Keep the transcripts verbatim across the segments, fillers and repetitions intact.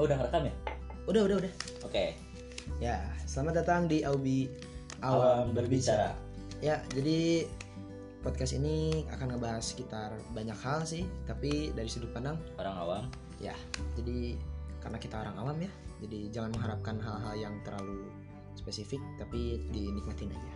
Oh, udah ngerekam ya? Udah, udah, udah. Oke. Ya, selamat datang di Aubi Awam Berbicara. Ya, jadi podcast ini akan ngebahas sekitar banyak hal sih, tapi dari sudut pandang Orang awam. Ya, jadi karena kita orang awam ya, jadi jangan mengharapkan hal-hal yang terlalu spesifik, tapi dinikmatin aja.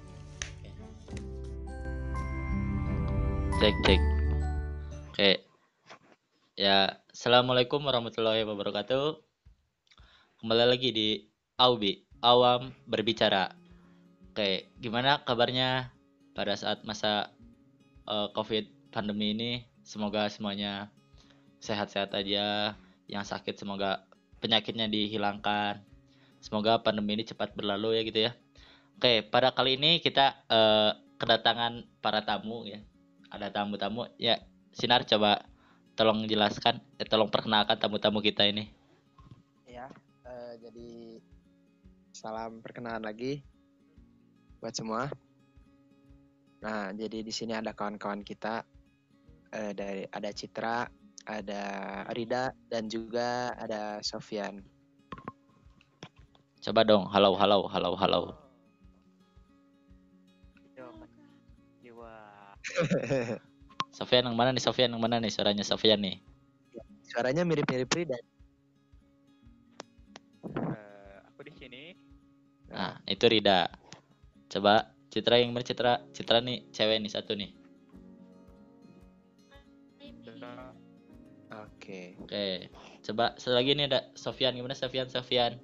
Cek cek. Oke. Ya, assalamualaikum warahmatullahi wabarakatuh. Kembali lagi di Aubi Awam Berbicara. Oke, gimana kabarnya pada saat masa uh, COVID pandemi ini? Semoga semuanya sehat-sehat aja. Yang sakit semoga penyakitnya dihilangkan. Semoga pandemi ini cepat berlalu ya gitu ya. Oke, pada kali ini kita uh, kedatangan para tamu ya. Ada tamu-tamu ya. Sinar coba tolong jelaskan, eh, tolong perkenalkan tamu-tamu kita ini. Ya, uh, jadi salam perkenalan lagi buat semua. Nah, jadi di sini ada kawan-kawan kita, uh, dari ada Citra, ada Rida, dan juga ada Sofyan. Coba dong, halo, halo, halo, halo. Sofyan yang mana nih? Sofyan yang mana nih? Suaranya Sofyan nih. Suaranya mirip-mirip Rida. Uh, aku di sini. Nah, itu Rida. Coba Citra yang mana Citra? Citra nih cewek nih satu nih. Oke. Oke. Coba satu lagi nih ada Sofyan. Gimana Sofyan? Sofyan.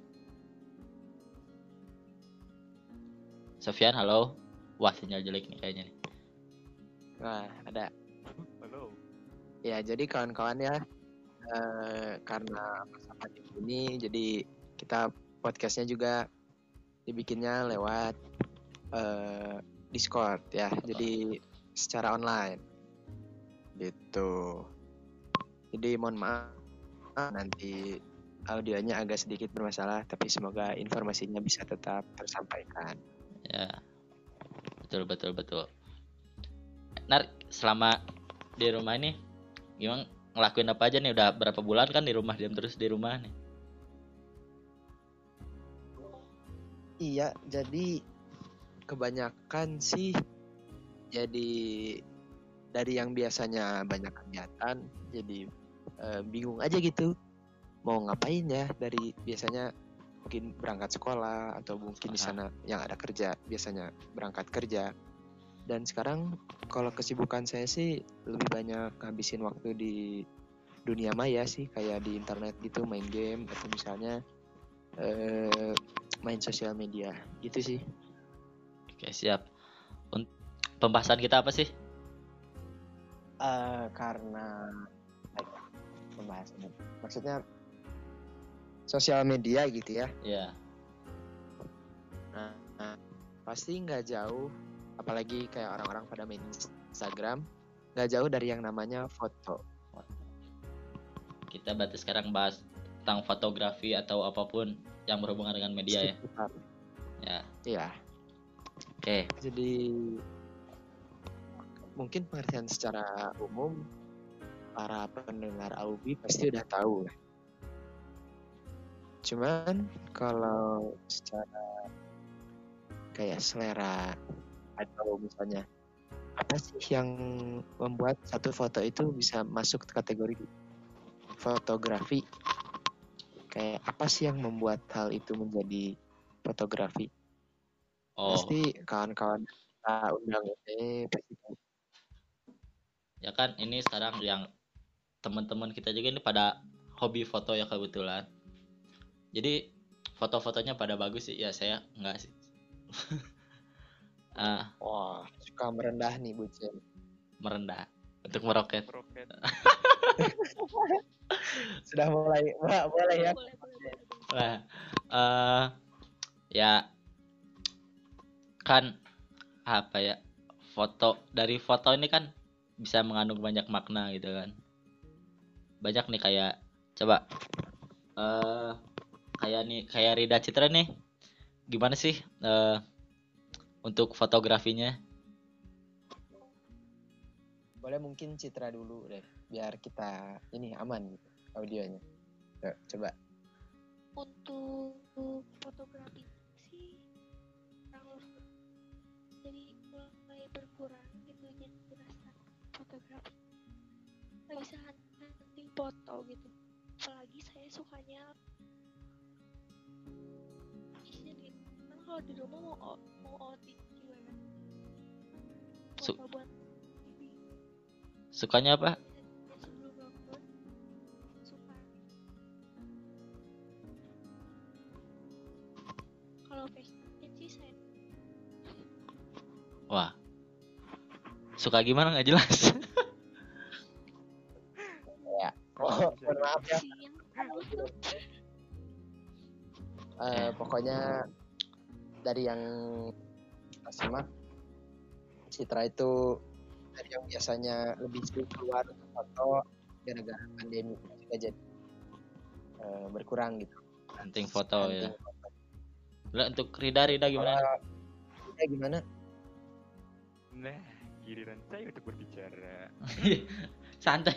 Sofyan, halo. Wah, sinyal jelek nih kayaknya nih. Nah, ada. Halo. Ya, jadi kawan-kawan ya, eh, karena masa pandemi ini, jadi kita podcastnya juga dibikinnya lewat eh, Discord ya, jadi secara online gitu. Jadi mohon maaf nanti audionya agak sedikit bermasalah, tapi semoga informasinya bisa tetap tersampaikan. Ya, betul betul betul. Nar, selama di rumah ini gimana ngelakuin apa aja nih? Udah berapa bulan kan di rumah, diam terus di rumah nih? Iya, jadi kebanyakan sih jadi dari yang biasanya banyak kegiatan jadi e, bingung aja gitu mau ngapain ya. Dari biasanya mungkin berangkat sekolah atau mungkin di sana yang ada kerja, biasanya berangkat kerja. Dan sekarang kalau kesibukan saya sih lebih banyak ngabisin waktu di dunia maya sih, kayak di internet gitu, main game atau misalnya eh, main sosial media gitu sih. Oke, siap. Untuk pembahasan kita apa sih? Uh, karena pembahasan maksudnya sosial media gitu ya. Iya. Nah, nah, pasti nggak jauh, apalagi kayak orang-orang pada main Instagram, nggak jauh dari yang namanya foto. Kita berarti sekarang bahas tentang fotografi atau apapun yang berhubungan dengan media. Sekitar. Ya. Iya. Oke. Jadi mungkin pengertian secara umum para pendengar Aubi pasti udah tahu lah. Cuman kalau secara kayak selera atau misalnya apa sih yang membuat satu foto itu bisa masuk kategori fotografi? Kayak apa sih yang membuat hal itu menjadi fotografi? Oh. Pasti kawan-kawan kita undang eh pasti tahu. Ya kan ini sekarang yang teman-teman kita juga ini pada hobi foto ya kebetulan. Jadi foto-fotonya pada bagus sih. Ya saya enggak sih. ah. Wah, suka merendah nih bucin. Merendah untuk meroket. Meroket. Sudah mulai, Mbak, boleh ya. Nah, uh, ya kan apa ya, foto dari foto ini kan bisa mengandung banyak makna gitu kan. Banyak nih kayak coba uh, kayak nih kayak Rida Citra nih, gimana sih uh, untuk fotografinya? Boleh mungkin Citra dulu deh, biar kita ini aman gitu audionya. Yuk, coba. untuk fotografi sih kurang lebih jadi mulai berkurang gitu, jadi rasa fotografi nggak bisa hunting foto gitu. Apalagi saya sukanya di sini kan kalau di rumah mau o- mau outing gimana Su- foto buat T V. Sukanya apa? Sebelum nonton suka kalau fashion sih saya Wah, suka gimana nggak jelas. Ya. Kalau Oh, bisa mohon maaf ya. sih yang tahu tuh. Eh, pokoknya dari yang kita simak, Citra itu dari yang biasanya lebih sering keluar untuk foto, gara-gara pandemi juga jadi eh, berkurang gitu. Hunting foto ya. Hunting. Lah untuk Rida Rida gimana? Kalau Rida gimana? Nah, giliran saya untuk berbicara. Santai.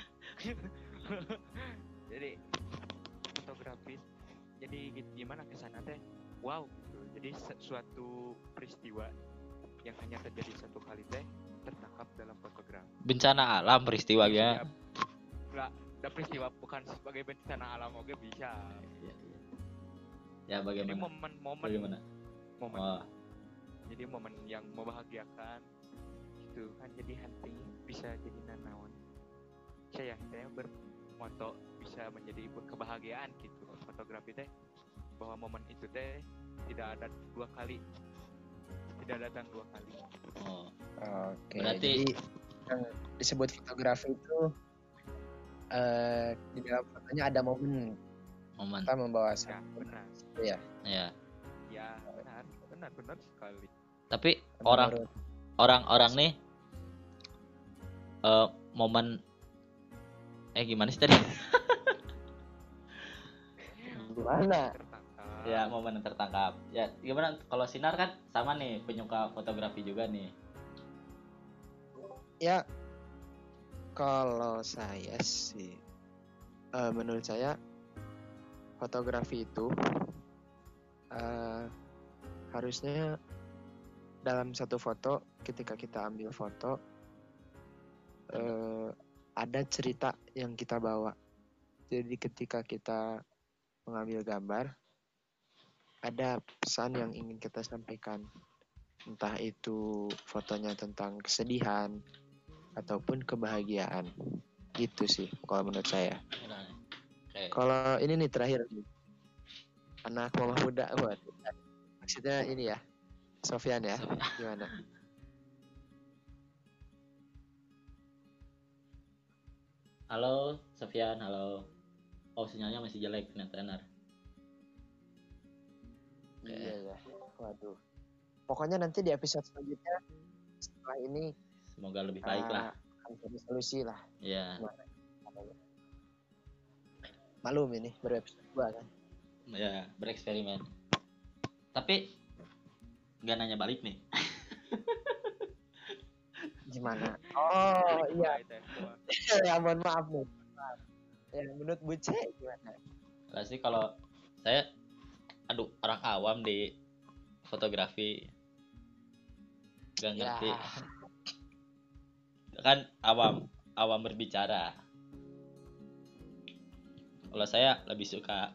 Jadi fotografis, jadi gi- gimana kesana teh? Wow, gitu. Jadi se- suatu peristiwa yang hanya terjadi satu kali teh tertangkap dalam fotografi. Bencana alam peristiwa ya. Lah, ada peristiwa bukan sebagai bencana alam oke bisa. Ya Jadi bagaimana? momen-momen Bagaimana? momen Wah, jadi momen yang membahagiakan gitu kan, jadi hunting bisa jadi nanawan. Saya saya berfoto bisa menjadi kebahagiaan gitu. Fotografi teh bahwa momen itu teh tidak ada dua kali, tidak datang dua kali. oh. Oke. Berarti- Jadi yang disebut fotografi itu eh di dalam fotonya ada momen Momen. kita membawa Ya satu benar, ya. Ya. ya benar, benar benar sekali. Tapi orang Menurut- orang-orang nih eh momen eh gimana sih tadi? gimana? Tertangkap. Ya, momen yang tertangkap. Ya, gimana kalau Sinar kan sama nih, penyuka fotografi juga nih. Ya, kalau saya sih, eh, menurut saya fotografi itu eh, harusnya dalam satu foto, ketika kita ambil foto, eh, ada cerita yang kita bawa. Jadi ketika kita mengambil gambar, ada pesan yang ingin kita sampaikan. Entah itu fotonya tentang kesedihan ataupun kebahagiaan. Gitu sih kalau menurut saya. Oke. Kalau ini nih terakhir nih. Anak mama muda buat. Maksudnya ini ya. Sofyan ya. Gimana? Halo, Sofyan, halo. Oh, sinyalnya masih jelek ternyata, Nar. Oke. Iya ya. Waduh. Pokoknya nanti di episode selanjutnya setelah ini Semoga lebih baik uh, lah. akan cari solusi lah. Ya, Malum ini baru episode dua kan. ya, bereksperimen. Tapi nggak nanya balik nih. Gimana? Oh iya. Teh, wah, Ya mohon maaf nih. Maaf. Ya menurut Buce gimana? Pasti kalau saya, aduh, orang awam di fotografi, nggak ngerti. Ya. Kan awam, awam berbicara. Kalau saya lebih suka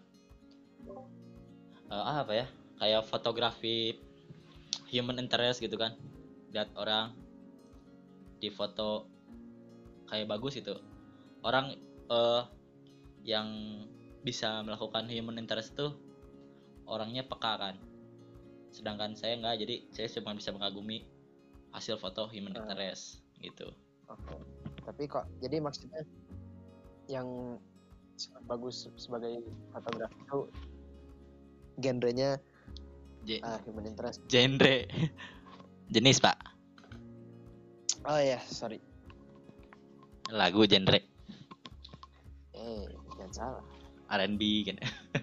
eh, apa ya? Kayak fotografi human interest gitu kan. Lihat orang di foto kayak bagus gitu. Orang eh, yang bisa melakukan human interest itu orangnya peka kan. Sedangkan saya enggak, jadi saya cuma bisa mengagumi hasil foto human Ah. interest gitu. Oke. Tapi kok jadi maksudnya yang bagus sebagai fotografi itu genrenya J- uh, human interest. genre jenis Pak, Oh ya, sorry. lagu genre Eh, jangan salah. R and B kan.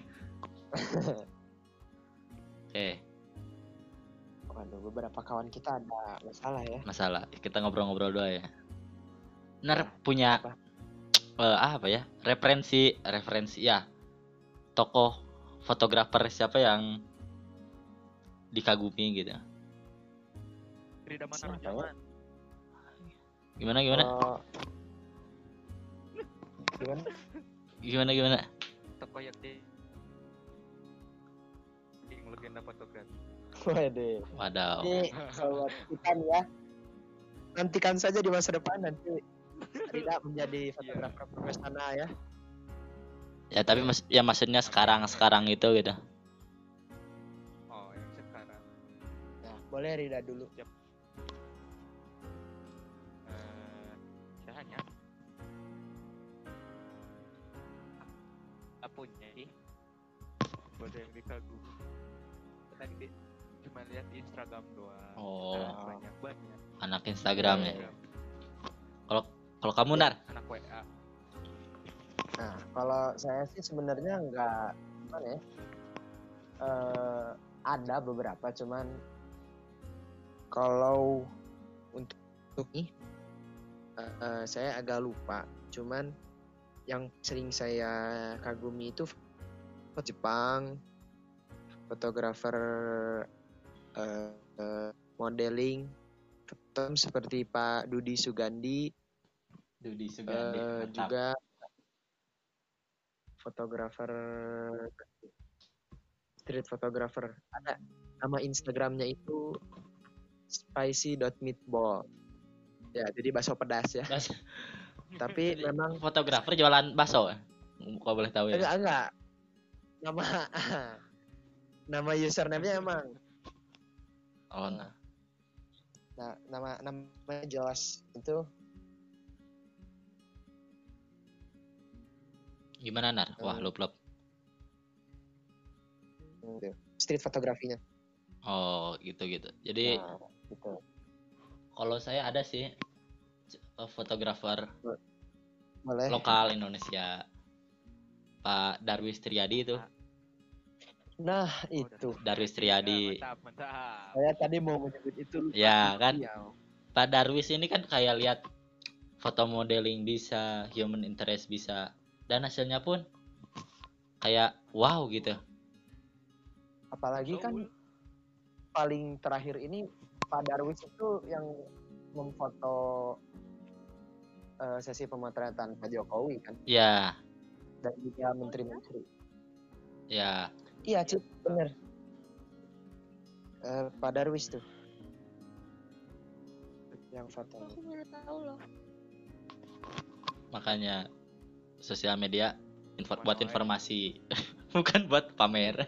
Oke, Waduh, beberapa kawan kita ada masalah ya. masalah kita ngobrol-ngobrol doa ya. Nar Ya, punya apa? eh, apa ya, referensi referensi ya, tokoh fotografer siapa yang dikagumi gitu? Rida Mana Siapa ya? Rujaman. Gimana gimana? Oh, gimana? Gimana gimana? Tokoh yang di yang legenda fotografi. Waduh. Wadaw. Ini sobat kita nih ya. Nantikan saja di masa depan nanti Rida menjadi fotografer profesional ya. Ya tapi mas ya maksudnya sekarang sekarang itu gitu. Oh, yang sekarang. Nah, boleh Rida dulu. Eh, saya hanya punya sih buat yang dikagumi. Tadi di- cuma lihat di Instagram doang. Oh. Nah, banyak banyak. Anak Instagram ya. Instagram. Kalau kalau kamu Nar? Anak W A. Nah, kalau saya sih sebenarnya nggak gimana ya. Eh, ada beberapa cuman kalau untuk untuk ini eh, eh, saya agak lupa. Cuman yang sering saya kagumi itu foto Jepang, fotografer eh, eh, modeling, foto seperti Pak Dudi Sugandi, Dudi eh, juga fotografer street photographer. Ada nama Instagramnya itu spicy.meatball. Ya, jadi bakso pedas ya. Tapi Jadi, memang fotografer jualan bakso. Kau boleh tahu ya? enggak enggak. Nama nama username-nya emang. Oh, nah. Nah, nama namanya jelas itu Gimana Nar? Wah, Hmm. lup lup. itu, street fotografinya. Oh, gitu-gitu. Jadi Nah, gitu. kalau saya ada sih c- eh, fotografer Boleh. lokal Indonesia, Pak Darwis Triadi itu. Nah, Oh, itu. udah Darwis selesai. Triadi. Ah, mantap, mantap. Saya tadi mau menyebut itu lupa. Ya, kan? Iya. Pak Darwis ini kan kayak lihat foto modeling bisa, human interest bisa, dan hasilnya pun kayak wow gitu. Apalagi kan Betul. paling terakhir ini Pak Darwis itu yang memfoto eh, sesi pemotretan Pak Jokowi kan Ya, dan juga menteri-menteri. ya. Iya, Cip, bener. Eh, Pak Darwis tuh yang foto. Aku baru tahu loh. Makanya sosial media info Mana buat wae. informasi, bukan buat pamer.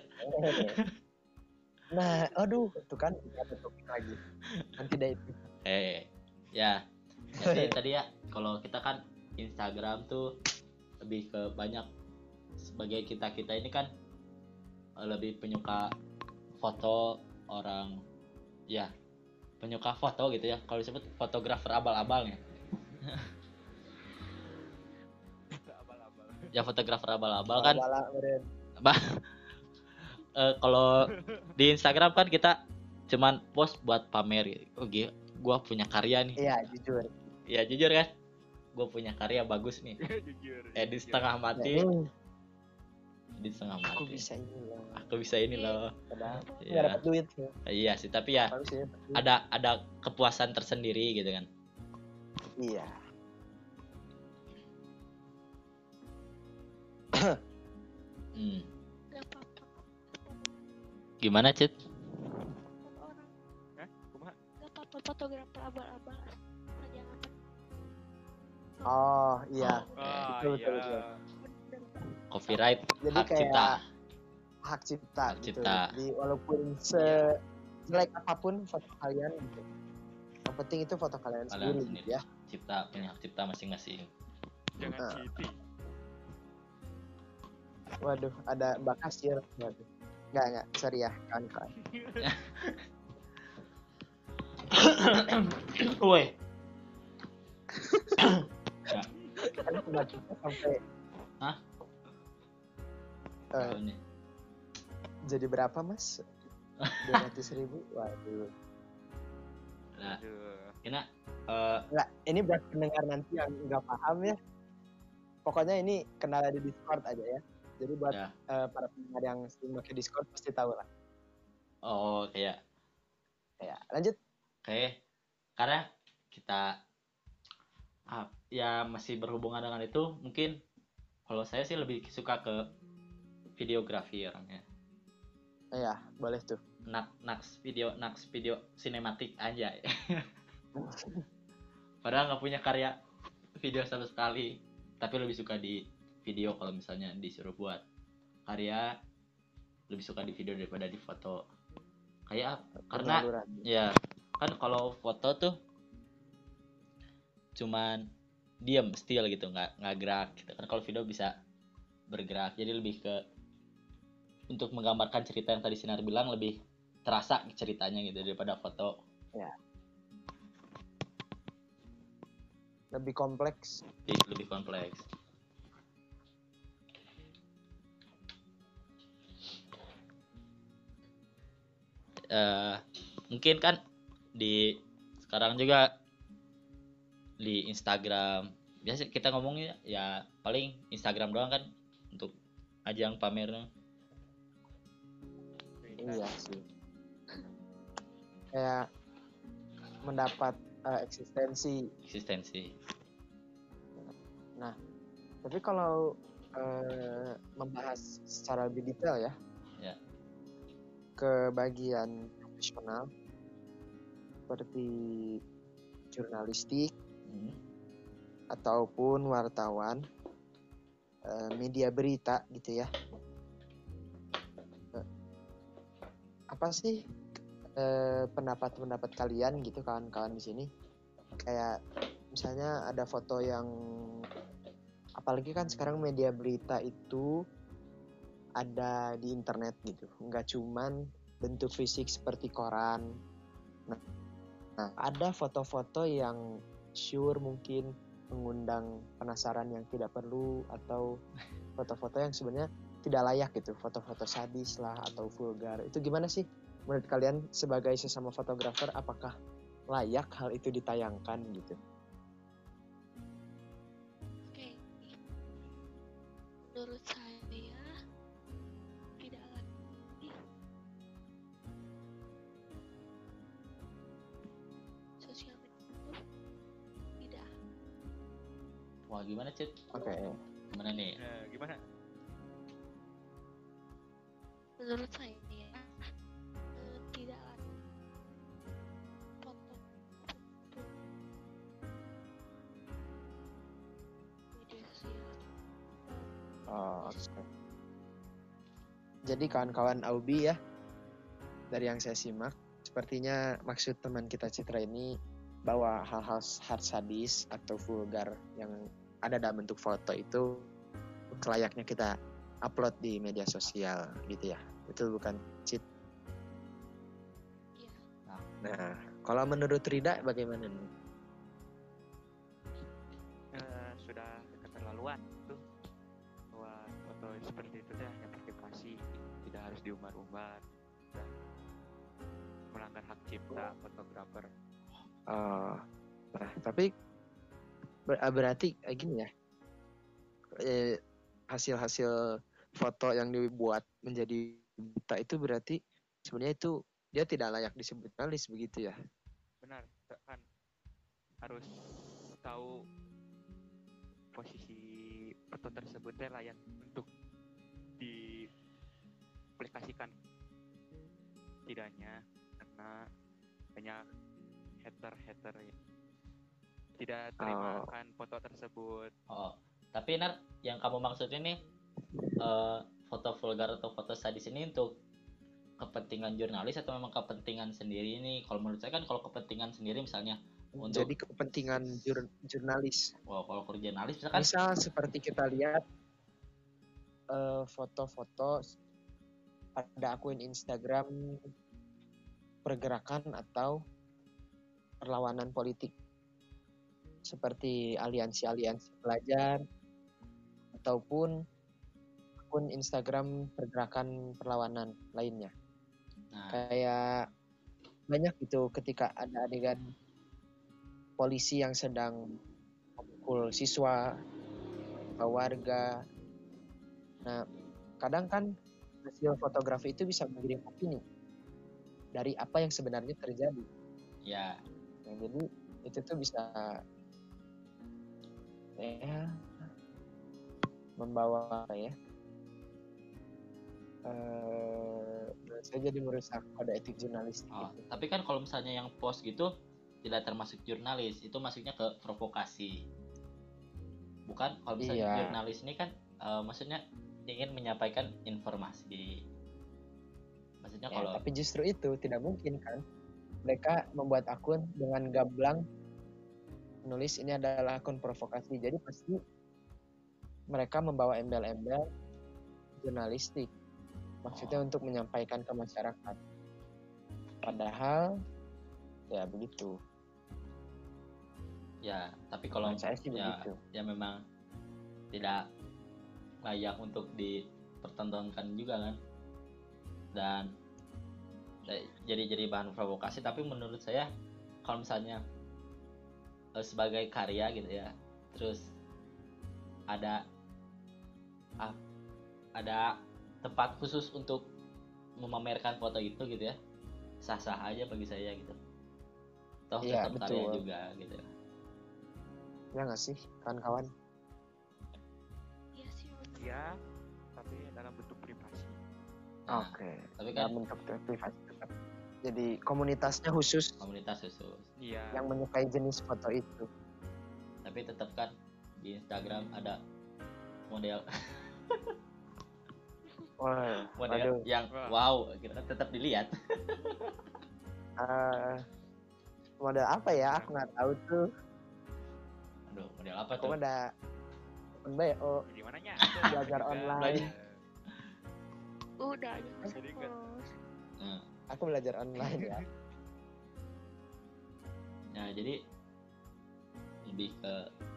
Nah, aduh, itu kan ada topik lagi. Nanti deh itu. Eh, ya. Jadi tadi ya, kalau kita kan Instagram tuh lebih ke banyak sebagai kita kita ini kan eh, lebih penyuka foto orang, ya penyuka foto gitu ya. Kalau disebut fotografer abal-abalnya, Abal-abal. ya fotografer abal-abal kan. Bala, beren. Bah, eh, kalau di Instagram kan kita cuman post buat pamer gitu. Oh, gila, gua punya karya nih. Iya, jujur. Ya jujur kan, gue punya karya bagus nih. Jujur. Edit jujur. setengah Nah, mati, ini edit setengah aku mati. bisa ini loh. Aku bisa ini loh. Padahal nggak Ya, dapat duit ya. iya sih. Tapi ya Bagus ya. tapi- ada ada kepuasan tersendiri gitu kan. Iya. Hmm. Gak apa-apa. Gimana Cit? Buat orang. Hah? Kumaha? Gak apa-apa fotografer abal-abal. Aja apa? Oh, iya. Oh, oke. Ah, Betul, betul, iya. betul. Bener. Copyright, Jadi hak kayak cipta. hak cipta, Hak gitu. cipta. Jadi walaupun sejelek apapun foto kalian gitu. Yang penting itu foto kalian, Kalian sendiri, sendiri. gitu ya. Cipta punya hak cipta masing-masing. Jangan Nah. cheating. Waduh, ada Mbak Kasir. Waduh. Enggak, enggak. Sorry ya, kawan-kawan. Woi. Kan cuma kita sampai Hah? Eh, Apa nih? jadi berapa, Mas? dua ratus ribu? Waduh. Nah, Aduh. kena eh, Enggak, ini buat pendengar nanti yang nggak paham ya. Pokoknya ini kenalan di Discord aja ya. Jadi buat Ya. eh, para pendengar yang sering pakai Discord pasti tahu lah. Oh, kayak Ya, lanjut. Oke, karena kita ah, ya masih berhubungan dengan itu, mungkin kalau saya sih lebih suka ke videografi orangnya. Ya, boleh tuh. Nak naks video naks video sinematik aja. Padahal nggak punya karya video sama sekali, tapi lebih suka di video. Kalau misalnya disuruh buat karya, lebih suka di video daripada di foto. Kayak karena Penyaluran. ya kan kalau foto tuh cuman diam still gitu, nggak nggak gerak gitu kan. Kalau video bisa bergerak, jadi lebih ke untuk menggambarkan cerita yang tadi Sinar bilang, lebih terasa ceritanya gitu daripada foto. Ya. Lebih kompleks. Lebih, lebih kompleks. Uh, mungkin kan di sekarang juga di Instagram biasa kita ngomongnya ya paling Instagram doang kan untuk ajang pamernya. Iya sih. Kayak mendapat uh, eksistensi. Eksistensi. Nah, tapi kalau uh, membahas secara lebih detail ya, ya, ke bagian profesional seperti jurnalistik hmm. ataupun wartawan, uh, media berita gitu ya. Uh, apa sih uh, pendapat-pendapat kalian gitu kawan-kawan di sini? Kayak misalnya ada foto yang, apalagi kan sekarang media berita itu ada di internet gitu, nggak cuman bentuk fisik seperti koran. Nah, nah ada foto-foto yang sure mungkin mengundang penasaran yang tidak perlu, atau foto-foto yang sebenarnya tidak layak gitu, foto-foto sadis lah atau vulgar. Itu gimana sih menurut kalian sebagai sesama fotografer, apakah layak hal itu ditayangkan gitu? Oke, menurut saya tidak lagi sosial media itu tidak. Wah gimana Cid? Oke. Okay. Gimana nih? Nah, gimana? Menurut saya ya, eh, tidak lagi foto media sosial. Oh, okay. Jadi kawan-kawan Aubi ya, dari yang saya simak, sepertinya maksud teman kita Citra ini bahwa hal-hal hard sadis atau vulgar yang ada dalam bentuk foto itu selayaknya kita upload di media sosial gitu ya. Betul bukan, Cit? Iya. Nah, kalau menurut Rida bagaimana nih? Uh, sudah keterlaluan tuh bahwa foto seperti itu dah yang privasi, tidak harus diumbar-umbar, dan melanggar hak cipta fotografer. Uh, nah, tapi ber- berarti kayak gini ya, eh, hasil-hasil foto yang dibuat menjadi berita itu berarti sebenarnya itu dia tidak layak disebut jurnalis begitu ya? Benar, kan harus tahu posisi foto tersebutnya layak untuk diaplikasikan tidaknya, karena banyak hater-hater yang tidak terima kan oh. foto tersebut. Oh, tapi Nar, yang kamu maksud ini uh, foto vulgar atau foto sadis ini untuk kepentingan jurnalis atau memang kepentingan sendiri ini? Kalau menurut saya kan kalau kepentingan sendiri misalnya untuk jadi kepentingan jur- jurnalis. Wow, kalau ke jurnalis misalkan misal seperti kita lihat uh, foto-foto pada akun Instagram pergerakan atau perlawanan politik seperti aliansi-aliansi pelajar ataupun akun Instagram pergerakan perlawanan lainnya. Nah. Kayak banyak gitu ketika ada adegan polisi yang sedang memukul siswa atau warga. Nah, kadang kan hasil fotografi itu bisa mengirim opini dari apa yang sebenarnya terjadi. Ya, Nah, jadi itu tuh bisa ya membawa apa ya? Eh, saya jadi merusak kode etik jurnalistik. oh, gitu. tapi kan kalau misalnya yang post gitu tidak termasuk jurnalis, itu masuknya ke provokasi. Bukan, kalau misalnya Iya. jurnalis ini kan eh, maksudnya ingin menyampaikan informasi. Maksudnya Ya, kalau tapi justru itu tidak mungkin kan. Mereka membuat akun dengan gamblang menulis ini adalah akun provokasi. Jadi pasti mereka membawa embel-embel jurnalistik. Maksudnya Oh. untuk menyampaikan ke masyarakat. Padahal ya begitu. ya, tapi kalau Menurut saya sih ya begitu. ya memang tidak layak untuk dipertontonkan juga kan. Dan eh, jadi jadi bahan provokasi, tapi menurut saya kalau misalnya eh, sebagai karya gitu ya, terus ada ah, ada tempat khusus untuk memamerkan foto itu gitu ya, sah-sah aja bagi saya gitu. Toh Iya, tetap karya betul. juga gitu. Ya nggak sih kawan-kawan? Iya sih menurut Ya, tapi dalam bentuk privasi. Nah, Oke. tapi Dalam kan bentuk privasi tetap. Jadi komunitasnya khusus komunitas khusus, Iya. yang menyukai jenis foto itu. tapi tetap kan di Instagram ada model Wah, model aduh. yang Wah. wow kita kan tetap dilihat. Eh, model apa ya? Aku nggak tahu tuh. Aduh, model apa Aku tuh? ada B O. Di mananya? Belajar online. udah jangan Jadi kan- post. Nah, Aku belajar online ya. nah, jadi lebih ke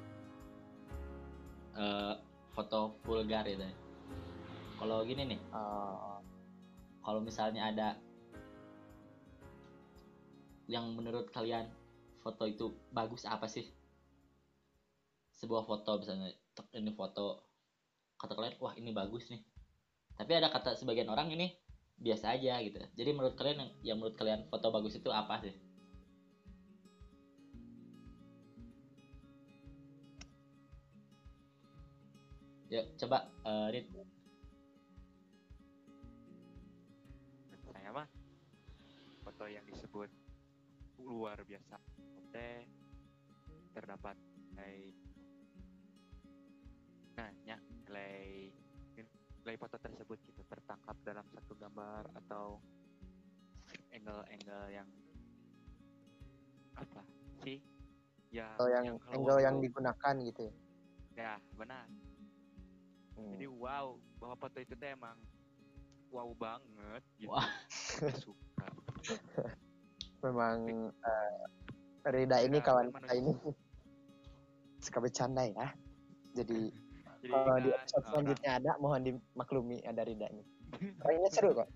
eh, foto vulgar gitu. Kalau gini nih, Oh, kalau misalnya ada yang menurut kalian foto itu bagus apa sih? Sebuah foto misalnya, tek, ini foto kata kalian wah ini bagus nih. Tapi ada kata sebagian orang ini biasa aja gitu. Jadi menurut kalian yang, yang menurut kalian foto bagus itu apa sih? Yuk coba eh, Rit. Saya mah foto yang disebut luar biasa. Foto terdapat nilai nah ya nilai nilai foto tersebut gitu tertangkap dalam satu gambar atau angle-angle yang apa sih ya atau yang keluar angle yang itu- digunakan gitu ya. ya benar. Hmm. Jadi wow bahwa foto itu tuh emang wow banget gitu. Wah. Saya suka. Memang eh, Rida ini Ya, kawan kan kita ini suka bercanda ya. Jadi Jadi kalau di kan episode orang- selanjutnya ada, mohon dimaklumi ada Rida ini. Kayaknya seru kok.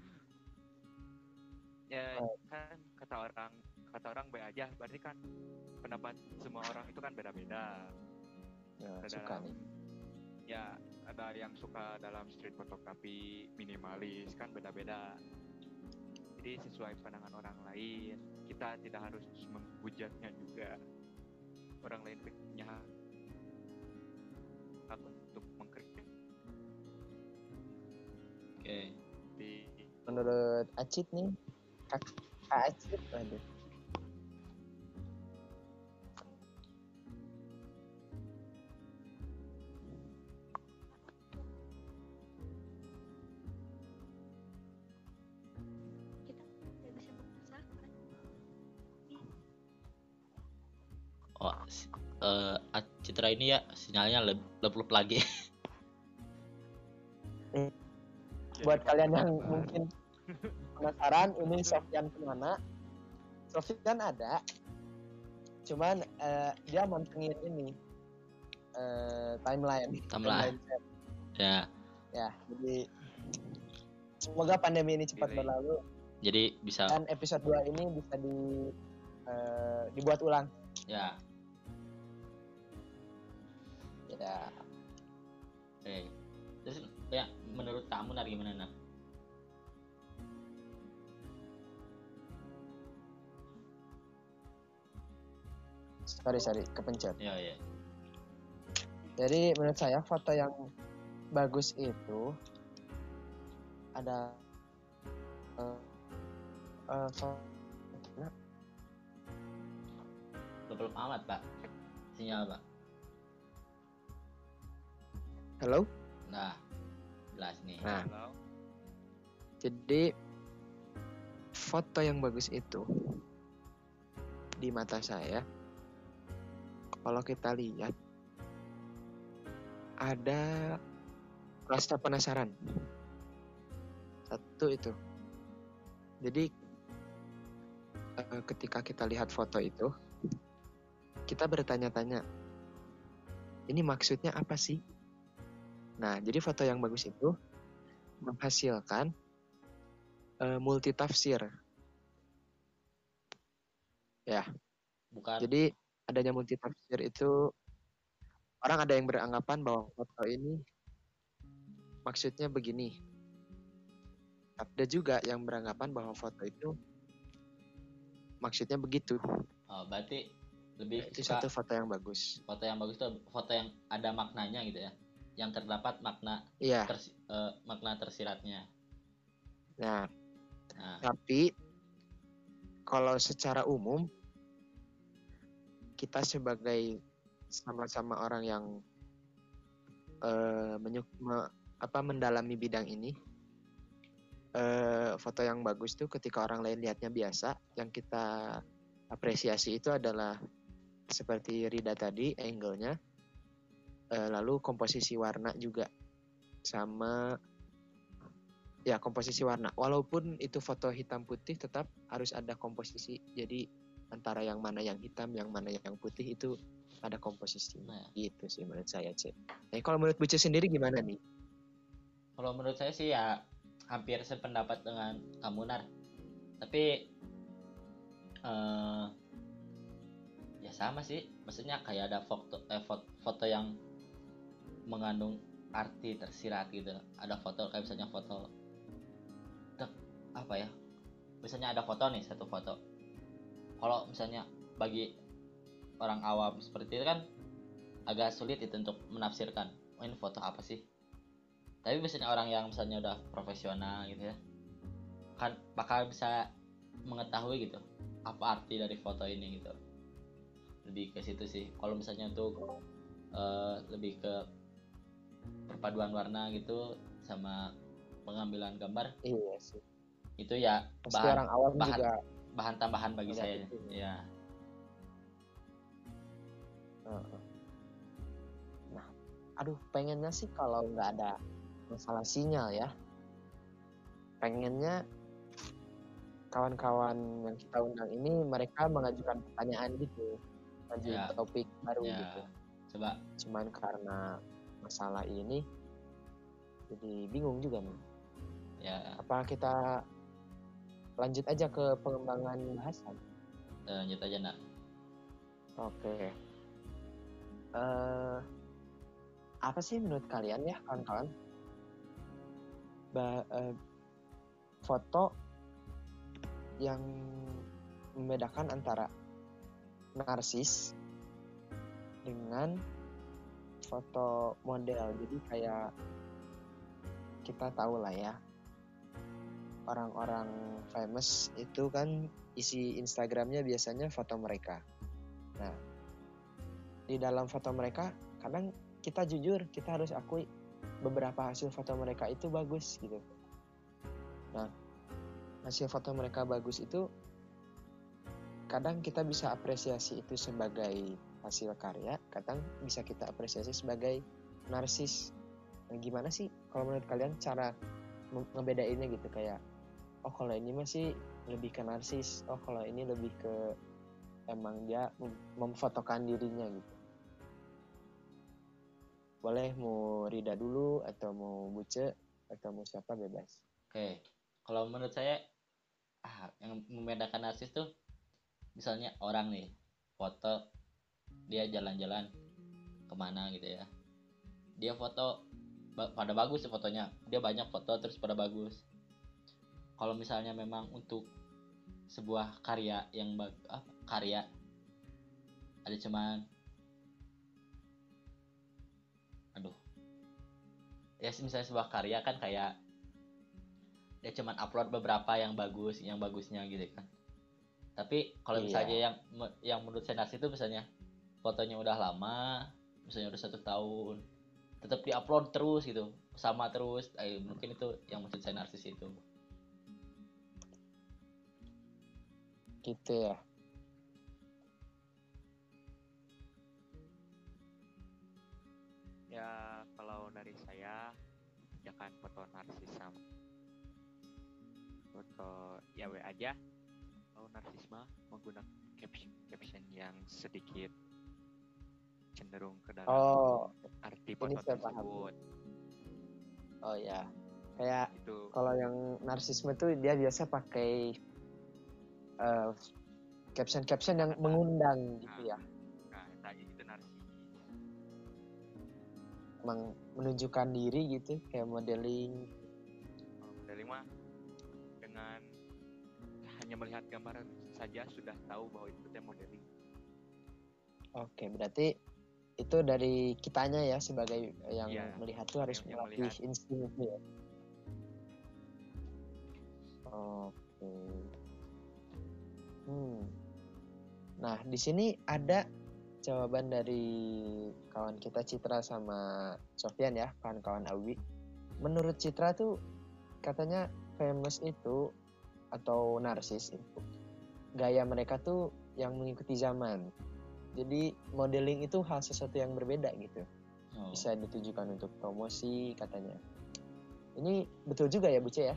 ya Oh. kan kata orang kata orang B aja berarti kan pendapat semua orang itu kan beda-beda. Ya, Ada suka dalam- nih. ya ada yang suka dalam street photography minimalis kan beda-beda. Jadi sesuai pandangan orang lain kita tidak harus menghujatnya juga. Orang lain punya hak untuk mengkritik. Oke. Menurut Acit nih, Kak, Kak Acit, aduh. Kita nggak bisa memaksakan. Oh, si- eh, A- Citra ini ya sinyalnya leb- lep-lep lagi. Buat kalian yang mungkin penasaran, ini Sofyan kemana? Sofyan ada, cuman eh, dia mantengin ini eh, timeline. Timeline. chat. Ya, Ya, jadi semoga pandemi ini cepat Delay. berlalu jadi bisa dan episode dua ini bisa di eh, dibuat ulang. ya. Ya, Oke. Terus ya menurut kamu Nar gimana Nar? Sorry sorry kepencet. Ya ya. Jadi menurut saya foto yang bagus itu ada uh, uh, foto Belum amat Pak. Sinyal Pak. Halo. Nah, jelas nih. Nah, Halo. jadi foto yang bagus itu di mata saya, kalau kita lihat ada rasa penasaran. Satu itu. Jadi eh, ketika kita lihat foto itu, kita bertanya-tanya, ini maksudnya apa sih? Nah, jadi foto yang bagus itu menghasilkan uh, multi tafsir. Ya. Bukan. Jadi adanya multi tafsir itu orang ada yang beranggapan bahwa foto ini maksudnya begini. Ada juga yang beranggapan bahwa foto itu maksudnya begitu. Oh, berarti lebih Itu suka satu foto yang bagus. foto yang bagus itu foto yang ada maknanya gitu ya. Yang terdapat makna Iya. tersi, uh, makna tersiratnya. Nah, nah, tapi kalau secara umum kita sebagai sama-sama orang yang uh, menyuk, me, apa mendalami bidang ini, uh, foto yang bagus tuh ketika orang lain lihatnya biasa, yang kita apresiasi itu adalah seperti Rida tadi, angle-nya, uh, lalu komposisi warna juga, sama ya komposisi warna. Walaupun itu foto hitam putih, tetap harus ada komposisi. Jadi antara yang mana yang hitam, yang mana yang putih itu ada komposisi. Nah, gitu sih menurut saya, Cek. Nah, kalau menurut Buce sendiri gimana nih? Kalau menurut saya sih ya hampir sependapat dengan kamu Nar. Tapi uh, ya sama sih. Maksudnya kayak ada foto eh, foto, foto yang mengandung arti tersirat gitu. Ada foto kayak misalnya foto apa ya? Misalnya ada foto nih, satu foto. Kalau misalnya bagi orang awam seperti itu kan agak sulit itu untuk menafsirkan, oh, ini foto apa sih? Tapi biasanya orang yang misalnya udah profesional gitu ya, kan bakal bisa mengetahui gitu apa arti dari foto ini gitu. Lebih ke situ sih. Kalau misalnya untuk uh, lebih ke perpaduan warna gitu sama pengambilan gambar, iya sih. Itu ya pasti bahan orang awam bahan, juga bahan tambahan bagi saya itu. Ya. Nah, aduh pengennya sih kalau nggak ada masalah sinyal ya, pengennya kawan-kawan yang kita undang ini mereka mengajukan pertanyaan gitu, mengajukan Ya. topik baru Ya. gitu. Coba. Cuman karena masalah ini jadi bingung juga nih. Ya. Apa kita lanjut aja ke pengembangan bahasan? Lanjut aja nak. Oke. Uh, apa sih menurut kalian ya kawan-kawan? Ba- uh, foto yang membedakan antara narsis dengan foto model. Jadi kayak kita tahu lah ya, orang-orang famous itu kan isi Instagramnya biasanya foto mereka. Nah, di dalam foto mereka kadang kita jujur, kita harus akui beberapa hasil foto mereka itu bagus gitu. Nah, hasil foto mereka bagus itu kadang kita bisa apresiasi itu sebagai hasil karya, kadang bisa kita apresiasi sebagai narsis. Nah, gimana sih kalau menurut kalian cara ngebedainnya gitu, kayak oh kalau ini masih lebih ke narsis, oh kalau ini lebih ke emang dia memfotokan dirinya gitu. Boleh mau Rida dulu atau mau Buce atau mau siapa, bebas. Oke, kalau menurut saya ah, yang membedakan narsis tuh misalnya orang nih foto dia jalan-jalan kemana gitu ya, dia foto ba- pada bagus sih fotonya, dia banyak foto terus pada bagus. Kalau misalnya memang untuk sebuah karya yang bag, ah, karya ada cuman aduh ya misalnya sebuah karya kan kayak dia cuman upload beberapa yang bagus yang bagusnya gitu kan. Tapi kalau misalnya Iya. yang yang menurut saya narsis itu misalnya fotonya udah lama, misalnya udah satu tahun, tetap diupload terus gitu, sama terus, eh, mungkin itu yang maksud saya narsis itu. Gitu ya. Ya kalau dari saya jangan foto narsis sama foto ya we aja. Kalau narsis mah menggunakan caption caption yang sedikit cenderung ke dalam Oh, arti ini foto saya paham. tersebut. Oh ya. Kayak Itu kalau yang narsisme tuh dia biasa pakai uh, caption-caption yang mengundang gitu ya. nah tadi itu narsis. Emang menunjukkan diri gitu kayak modeling. Kalau modeling mah dengan hanya melihat gambar saja sudah tahu bahwa itu teh modeling. Oke, berarti itu dari kitanya ya sebagai yang Iya, melihat tuh harus yang- yang melatih melihat. insting itu ya. Oke. Hmm. Nah, di sini ada jawaban dari kawan kita Citra sama Sofyan ya, kawan-kawan Awi. Menurut Citra tuh katanya famous itu atau narsis itu gaya mereka tuh yang mengikuti zaman. Jadi modeling itu hal sesuatu yang berbeda gitu. Oh. Bisa ditujukan untuk promosi katanya. Ini betul juga ya Bu C ya?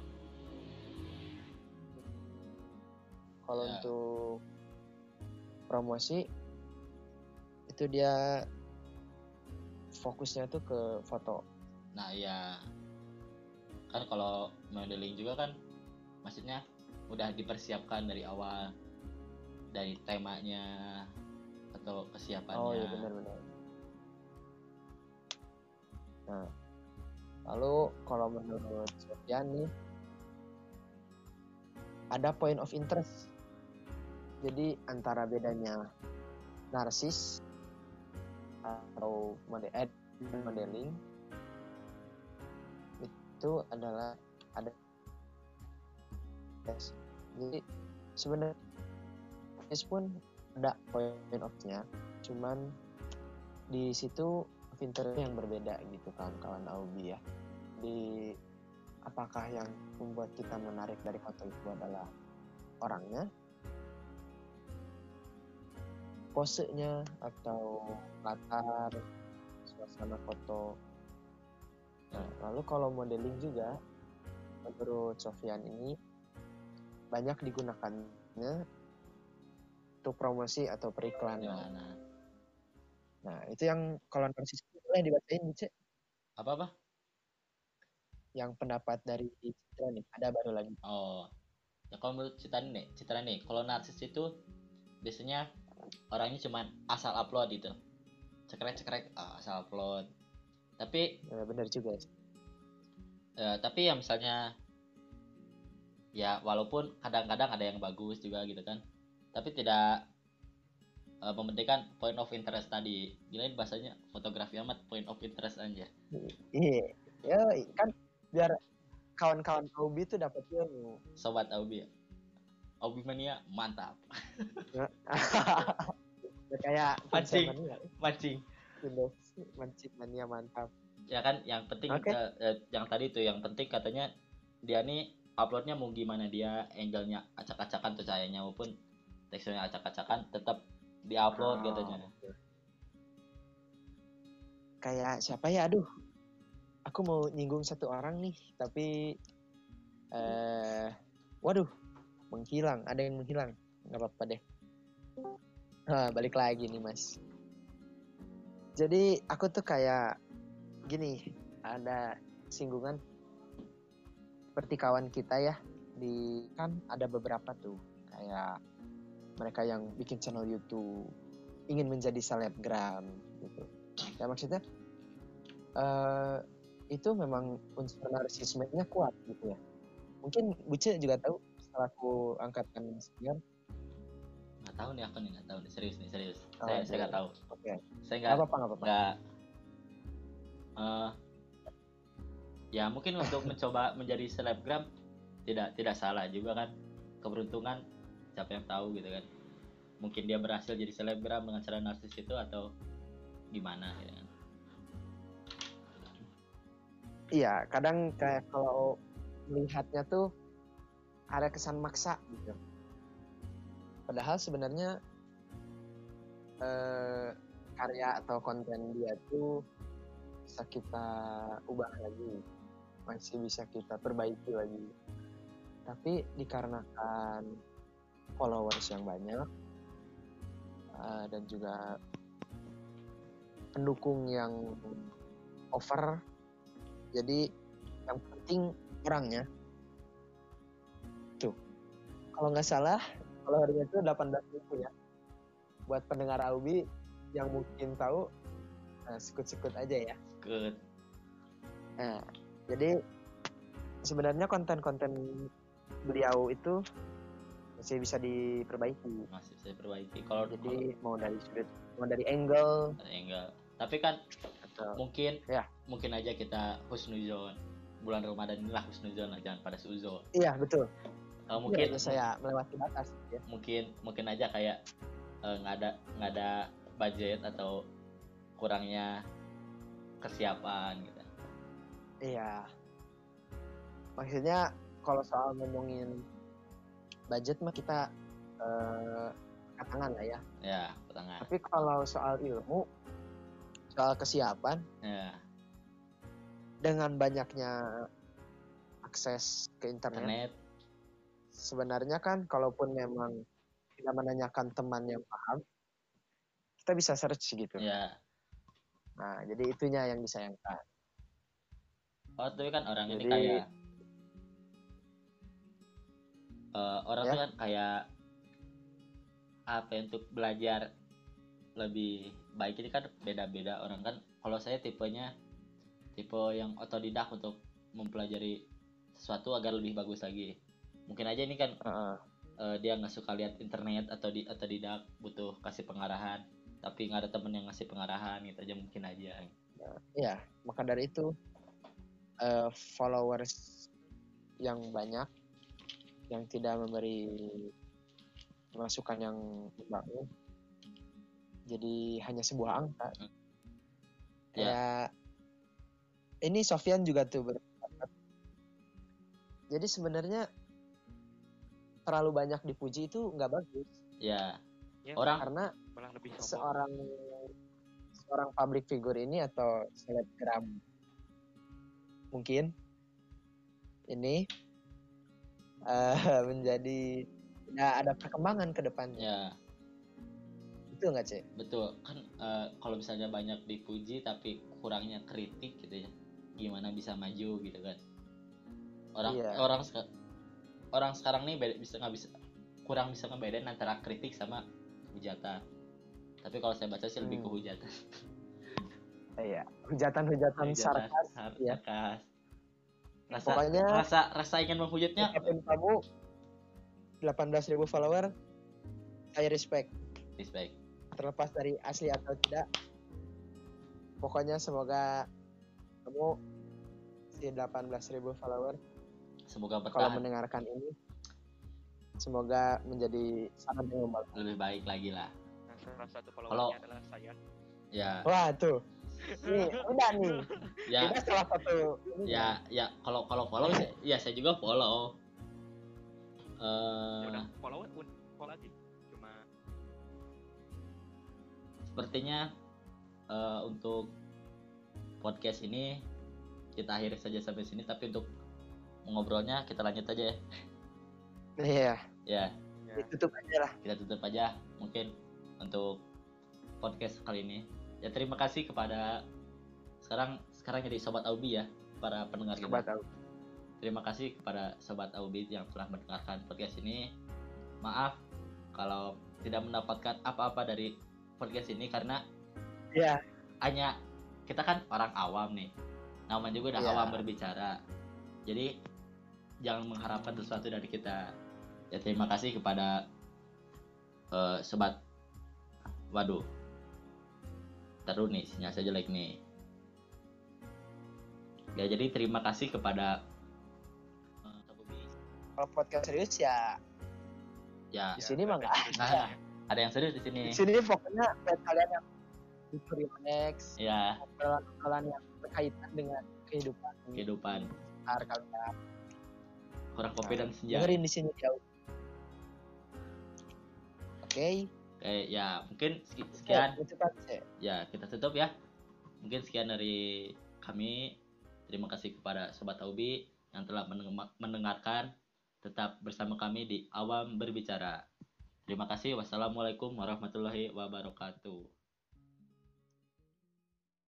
Kalau Ya. untuk promosi itu dia fokusnya tuh ke foto. Nah ya kan kalau modeling juga kan maksudnya udah dipersiapkan dari awal, dari temanya atau kesiapannya. Oh iya benar-benar. Nah, lalu kalau menurut Sofyan nih ada point of interest. Jadi antara bedanya narsis atau model eh, modeling itu adalah ada yes. Jadi sebenarnya narsis pun ada point of-nya, cuman di situ interest yang berbeda gitu kan kawan Aubi ya. Di apakah yang membuat kita menarik dari foto itu adalah orangnya, posenya, atau latar suasana foto. Nah, lalu kalau modeling juga menurut Sofyan ini banyak digunakannya untuk promosi atau periklanan. Periklanan. Nah, itu yang kalau narsis boleh dibacain Cek. Apa-apa? Yang pendapat dari Citra nih, ada baru lagi. Oh. Ya kalau menurut Citra nih, Citra nih, kalau narsis itu biasanya orangnya cuma asal upload gitu. Cekrek-cekrek ah, asal upload. Tapi Ya, benar juga. ya, tapi ya misalnya ya walaupun kadang-kadang ada yang bagus juga gitu kan. Tapi tidak uh, mementingkan point of interest tadi. Gila bahasanya fotografi amat point of interest aja. Iya, ya kan biar kawan-kawan Aubi tuh dapat ilmu. Sobat Aubi. Aubi mania mantap. Kayak Mancing, mania. mancing. Mancing mania mantap. Ya kan yang penting okay. uh, uh, yang tadi tuh yang penting katanya dia nih uploadnya mau gimana, dia angle-nya acak-acakan tuh cahayanya maupun teksturnya acak-acakan tetap diupload oh. katanya. Kayak siapa ya, aduh aku mau nyinggung satu orang nih tapi eh waduh menghilang, ada yang menghilang, nggak apa-apa deh. Nah, balik lagi nih mas. Jadi aku tuh kayak gini, ada singgungan seperti kawan kita ya, di kan ada beberapa tuh kayak mereka yang bikin channel YouTube ingin menjadi selebgram gitu. Ya maksudnya uh, itu memang unsur narsismenya kuat gitu ya. Mungkin Buce juga tahu setelah aku angkatan sekian. Nggak tahu nih aku nih, nggak tahu nih, serius nih, serius. Oh, saya saya nggak tahu. Oke. Saya Nggak nggak apa-apa, nggak apa-apa. nggak eh, ya mungkin untuk mencoba menjadi selebgram tidak tidak salah juga kan, keberuntungan siapa yang tahu gitu kan, mungkin dia berhasil jadi selebgram dengan cara narsis itu atau gimana gitu kan. Iya, kadang kayak kalau melihatnya tuh ada kesan maksa gitu. Padahal sebenarnya eh, karya atau konten dia tuh bisa kita ubah lagi, masih bisa kita perbaiki lagi. Tapi dikarenakan followers yang banyak uh, dan juga pendukung yang over, jadi yang penting orangnya. Tuh, kalau nggak salah followernya itu delapan belas ribu ya. Buat pendengar Aubi yang mungkin tahu, nah, sekut-sekut aja ya. Sekut. Nah, jadi sebenarnya konten-konten beliau itu masih bisa diperbaiki. Masih saya perbaiki. Kalau Jadi mau dari sudut, mau dari angle, enggak. Tapi kan atau mungkin ya. mungkin aja kita husnuzon. Bulan Ramadan inilah husnuzon lah, jangan pada suzon. Iya betul. Uh, mungkin ya, saya melewati batas ya. Mungkin mungkin aja kayak nggak uh, ada nggak ada budget atau kurangnya kesiapan gitu. Iya. Maksudnya kalau soal ngomongin budget mah kita uh, tangan lah ya. Ya, tangan. Tapi kalau soal ilmu, soal kesiapan, ya. Dengan banyaknya akses ke internet, internet, sebenarnya kan kalaupun memang kita menanyakan teman yang paham, kita bisa search gitu. Ya. Nah, jadi itunya yang disayangkan. Oh, tapi kan orang jadi, ini kayak uh, orang ya? tuh kan kayak apa untuk belajar lebih baik ini kan beda-beda orang kan. Kalau saya tipenya tipe yang otodidak untuk mempelajari sesuatu agar lebih bagus lagi. Mungkin aja ini kan uh-uh. uh, dia nggak suka lihat internet atau di otodidak, butuh kasih pengarahan, tapi nggak ada temen yang ngasih pengarahan gitu aja mungkin aja. Nah, ya, maka dari itu uh, followers yang banyak yang tidak memberi masukan yang membangun jadi hanya sebuah angka. Hmm. Ya. Kayak ini Sofyan juga tuh berpendapat. Jadi sebenarnya terlalu banyak dipuji itu nggak bagus. Ya. ya Orang karena lebih seorang seorang public figure ini atau selebgram mungkin ini uh, menjadi ya ada perkembangan ke depannya. Ya. Betul nggak, Cek? Betul. Kan uh, kalau misalnya banyak dipuji tapi kurangnya kritik gitu ya, gimana bisa maju gitu kan? Orang iya. orang orang sekarang nih beda, bisa nggak bisa kurang bisa ngebedain antara kritik sama hujatan. Tapi kalau saya baca sih hmm. lebih ke hujatan. Iya, hujatan-hujatan sarkas, sarkas. Ya. Rasa, Pokoknya rasa rasa ingin menghujatnya. Kamu delapan belas ribu follower, saya respect. Respect. Terlepas dari asli atau tidak, pokoknya semoga kamu si delapan belas ribu follower semoga bertahan. Kalau mendengarkan ini, semoga menjadi sangat yang membantu. Lebih baik lagi lah. Nah, salah satu followernya adalah saya. Ya. Wah tuh, nih udah nih. Ya. Kita salah satu. Ya, ya kalau kalau follow, ya saya juga follow. Uh, ya udah follow follow lagi. Cuma sepertinya uh, untuk podcast ini kita akhiri saja sampai sini, tapi untuk ngobrolnya kita lanjut aja ya. Iya. Ya. Ya. Tutup aja lah. Kita tutup aja mungkin untuk podcast kali ini. Ya terima kasih kepada sekarang sekarang jadi Sobat Aubi ya, para pendengar kita. Sobat Aubi. Terima kasih kepada Sobat Aubi yang telah mendengarkan podcast ini. Maaf kalau tidak mendapatkan apa-apa dari podcast ini karena ya hanya kita kan orang awam nih. namanya juga udah Iya. awam berbicara. Jadi jangan mengharapkan sesuatu dari kita. Ya terima kasih kepada eh, sobat. Waduh. Taruh nih, sinyal saya jelek nih. Ya jadi terima kasih kepada eh, Tabubi. Kalau podcast serius ya Ya, di sini mah nggak ada. nah, ada yang serius di sini. Di sini pokoknya buat kalian yang butuh relax, Ya, obrolan-obrolan yang berkaitan dengan kehidupan kehidupan. sekitar kalian. Kurang kopi dan senja. Dengerin di sini jauh. Oke, Oke, ya mungkin seki- sekian. sekian. Itu kan saya. Ya, kita tutup ya. Mungkin sekian dari kami. Terima kasih kepada Sobat Taubi yang telah meneng- mendengarkan. Tetap bersama kami di Awam Berbicara. Terima kasih. Wassalamualaikum warahmatullahi wabarakatuh.